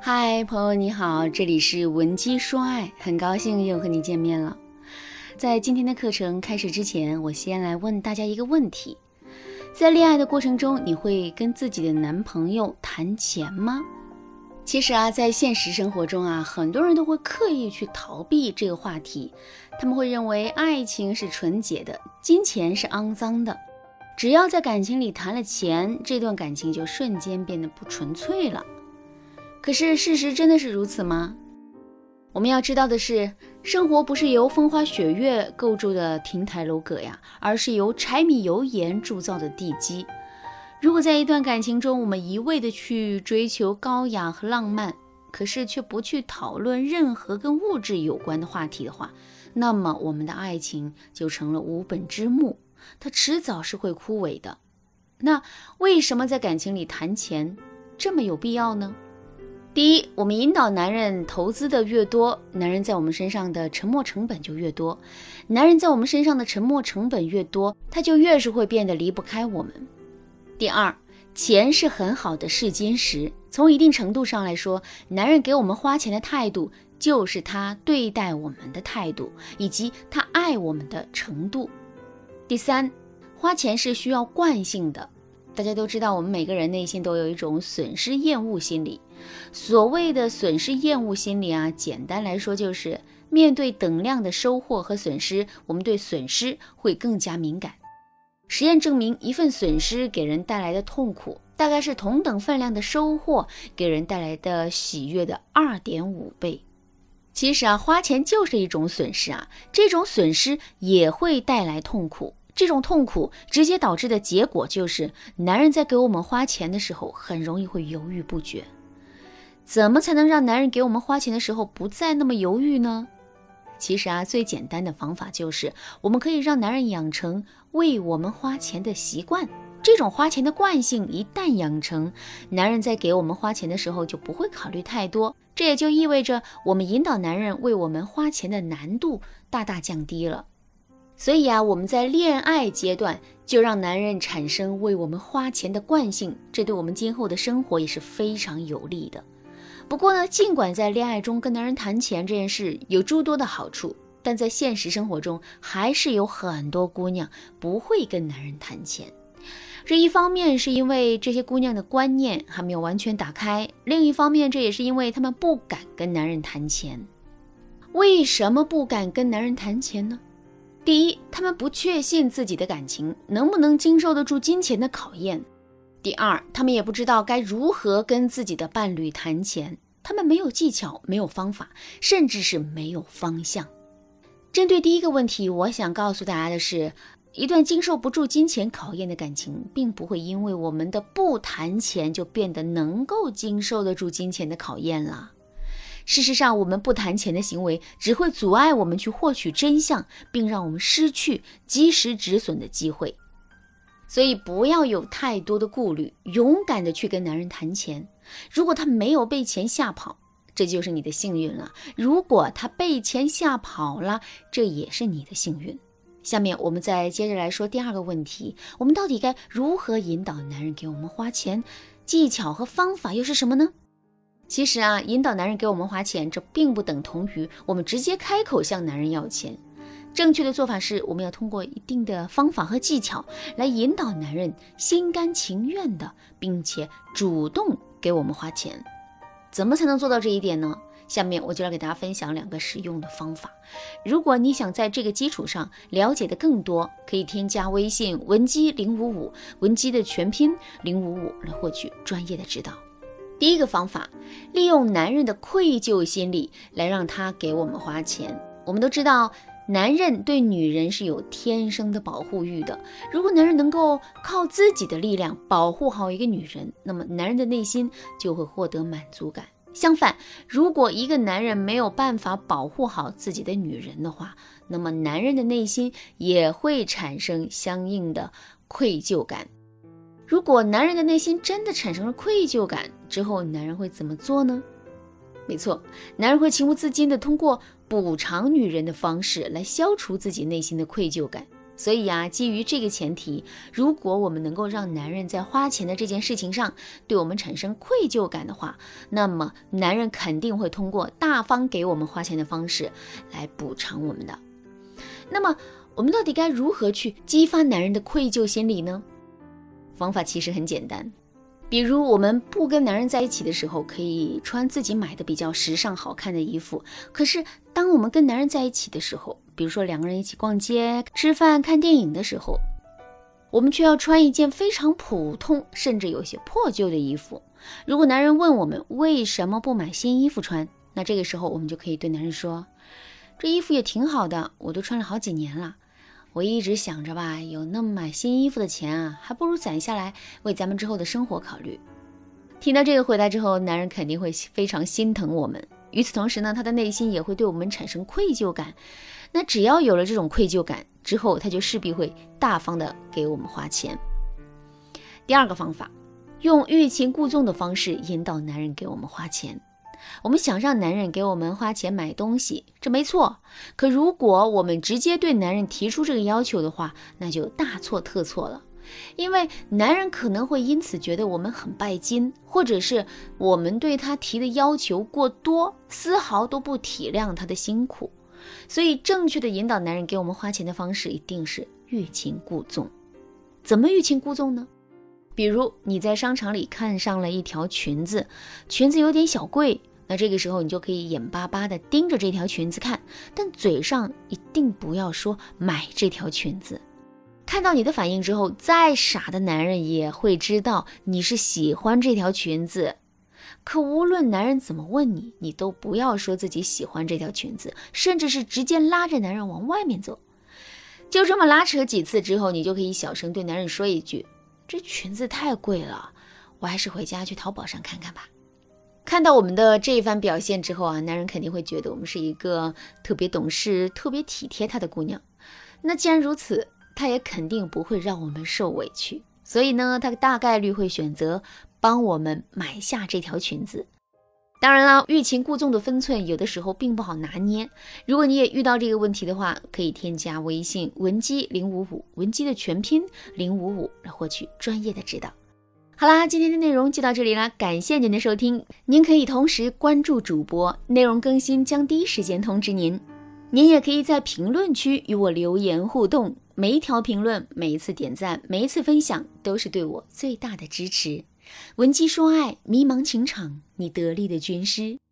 嗨，朋友你好，这里是文姬说爱，很高兴又和你见面了。在今天的课程开始之前，我先来问大家一个问题：在恋爱的过程中，你会跟自己的男朋友谈钱吗？其实在现实生活中很多人都会刻意去逃避这个话题，他们会认为爱情是纯洁的，金钱是肮脏的，只要在感情里谈了钱，这段感情就瞬间变得不纯粹了。可是事实真的是如此吗？我们要知道的是，生活不是由风花雪月构筑的亭台楼阁呀，而是由柴米油盐铸造的地基。如果在一段感情中，我们一味的去追求高雅和浪漫，可是却不去讨论任何跟物质有关的话题的话，那么我们的爱情就成了无本之木，它迟早是会枯萎的。那为什么在感情里谈钱这么有必要呢？第一，我们引导男人投资的越多，男人在我们身上的沉没成本就越多。男人在我们身上的沉没成本越多，他就越是会变得离不开我们。第二，钱是很好的试金石，从一定程度上来说，男人给我们花钱的态度，就是他对待我们的态度，以及他爱我们的程度。第三，花钱是需要惯性的。大家都知道，我们每个人内心都有一种损失厌恶心理。所谓的损失厌恶心理简单来说就是面对等量的收获和损失，我们对损失会更加敏感。实验证明，一份损失给人带来的痛苦，大概是同等分量的收获给人带来的喜悦的 2.5 倍。其实花钱就是一种损失这种损失也会带来痛苦。这种痛苦直接导致的结果就是，男人在给我们花钱的时候，很容易会犹豫不决。怎么才能让男人给我们花钱的时候不再那么犹豫呢？其实最简单的方法就是，我们可以让男人养成为我们花钱的习惯。这种花钱的惯性一旦养成，男人在给我们花钱的时候就不会考虑太多。这也就意味着，我们引导男人为我们花钱的难度大大降低了。所以我们在恋爱阶段就让男人产生为我们花钱的惯性，这对我们今后的生活也是非常有利的。不过呢，尽管在恋爱中跟男人谈钱这件事有诸多的好处，但在现实生活中还是有很多姑娘不会跟男人谈钱。这一方面是因为这些姑娘的观念还没有完全打开，另一方面这也是因为她们不敢跟男人谈钱。为什么不敢跟男人谈钱呢？第一，他们不确信自己的感情能不能经受得住金钱的考验。第二，他们也不知道该如何跟自己的伴侣谈钱，他们没有技巧，没有方法，甚至是没有方向。针对第一个问题，我想告诉大家的是，一段经受不住金钱考验的感情，并不会因为我们的不谈钱就变得能够经受得住金钱的考验了。事实上，我们不谈钱的行为只会阻碍我们去获取真相，并让我们失去及时止损的机会。所以不要有太多的顾虑，勇敢的去跟男人谈钱。如果他没有被钱吓跑，这就是你的幸运了；如果他被钱吓跑了，这也是你的幸运。下面我们再接着来说第二个问题，我们到底该如何引导男人给我们花钱？技巧和方法又是什么呢？其实引导男人给我们花钱，这并不等同于我们直接开口向男人要钱。正确的做法是，我们要通过一定的方法和技巧来引导男人心甘情愿的，并且主动给我们花钱。怎么才能做到这一点呢？下面我就来给大家分享2个实用的方法。如果你想在这个基础上了解的更多，可以添加微信文姬055，文姬的全拼055，来获取专业的指导。第一个方法，利用男人的愧疚心理来让他给我们花钱。我们都知道，男人对女人是有天生的保护欲的。如果男人能够靠自己的力量保护好一个女人，那么男人的内心就会获得满足感。相反，如果一个男人没有办法保护好自己的女人的话，那么男人的内心也会产生相应的愧疚感。如果男人的内心真的产生了愧疚感之后，男人会怎么做呢？没错，男人会情不自禁地通过补偿女人的方式来消除自己内心的愧疚感。 所以基于这个前提，如果我们能够让男人在花钱的这件事情上对我们产生愧疚感的话，那么男人肯定会通过大方给我们花钱的方式来补偿我们的。那么我们到底该如何去激发男人的愧疚心理呢？方法其实很简单，比如我们不跟男人在一起的时候，可以穿自己买的比较时尚好看的衣服，可是当我们跟男人在一起的时候，比如说两个人一起逛街、吃饭、看电影的时候，我们却要穿一件非常普通甚至有些破旧的衣服。如果男人问我们为什么不买新衣服穿，那这个时候我们就可以对男人说，这衣服也挺好的，我都穿了好几年了，我一直想着吧，有那么买新衣服的钱还不如攒下来为咱们之后的生活考虑。听到这个回答之后，男人肯定会非常心疼我们，与此同时呢，他的内心也会对我们产生愧疚感。那只要有了这种愧疚感之后，他就势必会大方的给我们花钱。第二个方法，用欲擒故纵的方式引导男人给我们花钱。我们想让男人给我们花钱买东西，这没错，可如果我们直接对男人提出这个要求的话，那就大错特错了。因为男人可能会因此觉得我们很拜金，或者是我们对他提的要求过多，丝毫都不体谅他的辛苦。所以正确的引导男人给我们花钱的方式一定是欲擒故纵。怎么欲擒故纵呢？比如你在商场里看上了一条裙子，裙子有点小贵，那这个时候你就可以眼巴巴地盯着这条裙子看，但嘴上一定不要说买这条裙子。看到你的反应之后，再傻的男人也会知道你是喜欢这条裙子。可无论男人怎么问你，你都不要说自己喜欢这条裙子，甚至是直接拉着男人往外面走。就这么拉扯几次之后，你就可以小声对男人说一句，这裙子太贵了，我还是回家去淘宝上看看吧。看到我们的这一番表现之后男人肯定会觉得我们是一个特别懂事、特别体贴他的姑娘。那既然如此，他也肯定不会让我们受委屈，所以呢，他大概率会选择帮我们买下这条裙子。当然了，欲擒故纵的分寸有的时候并不好拿捏。如果你也遇到这个问题的话，可以添加微信文姬055，文姬的全拼055，来获取专业的指导。好啦，今天的内容就到这里啦，感谢您的收听。您可以同时关注主播，内容更新将第一时间通知您。您也可以在评论区与我留言互动，每一条评论、每一次点赞、每一次分享都是对我最大的支持。文姬说爱，迷茫情场，你得力的军师。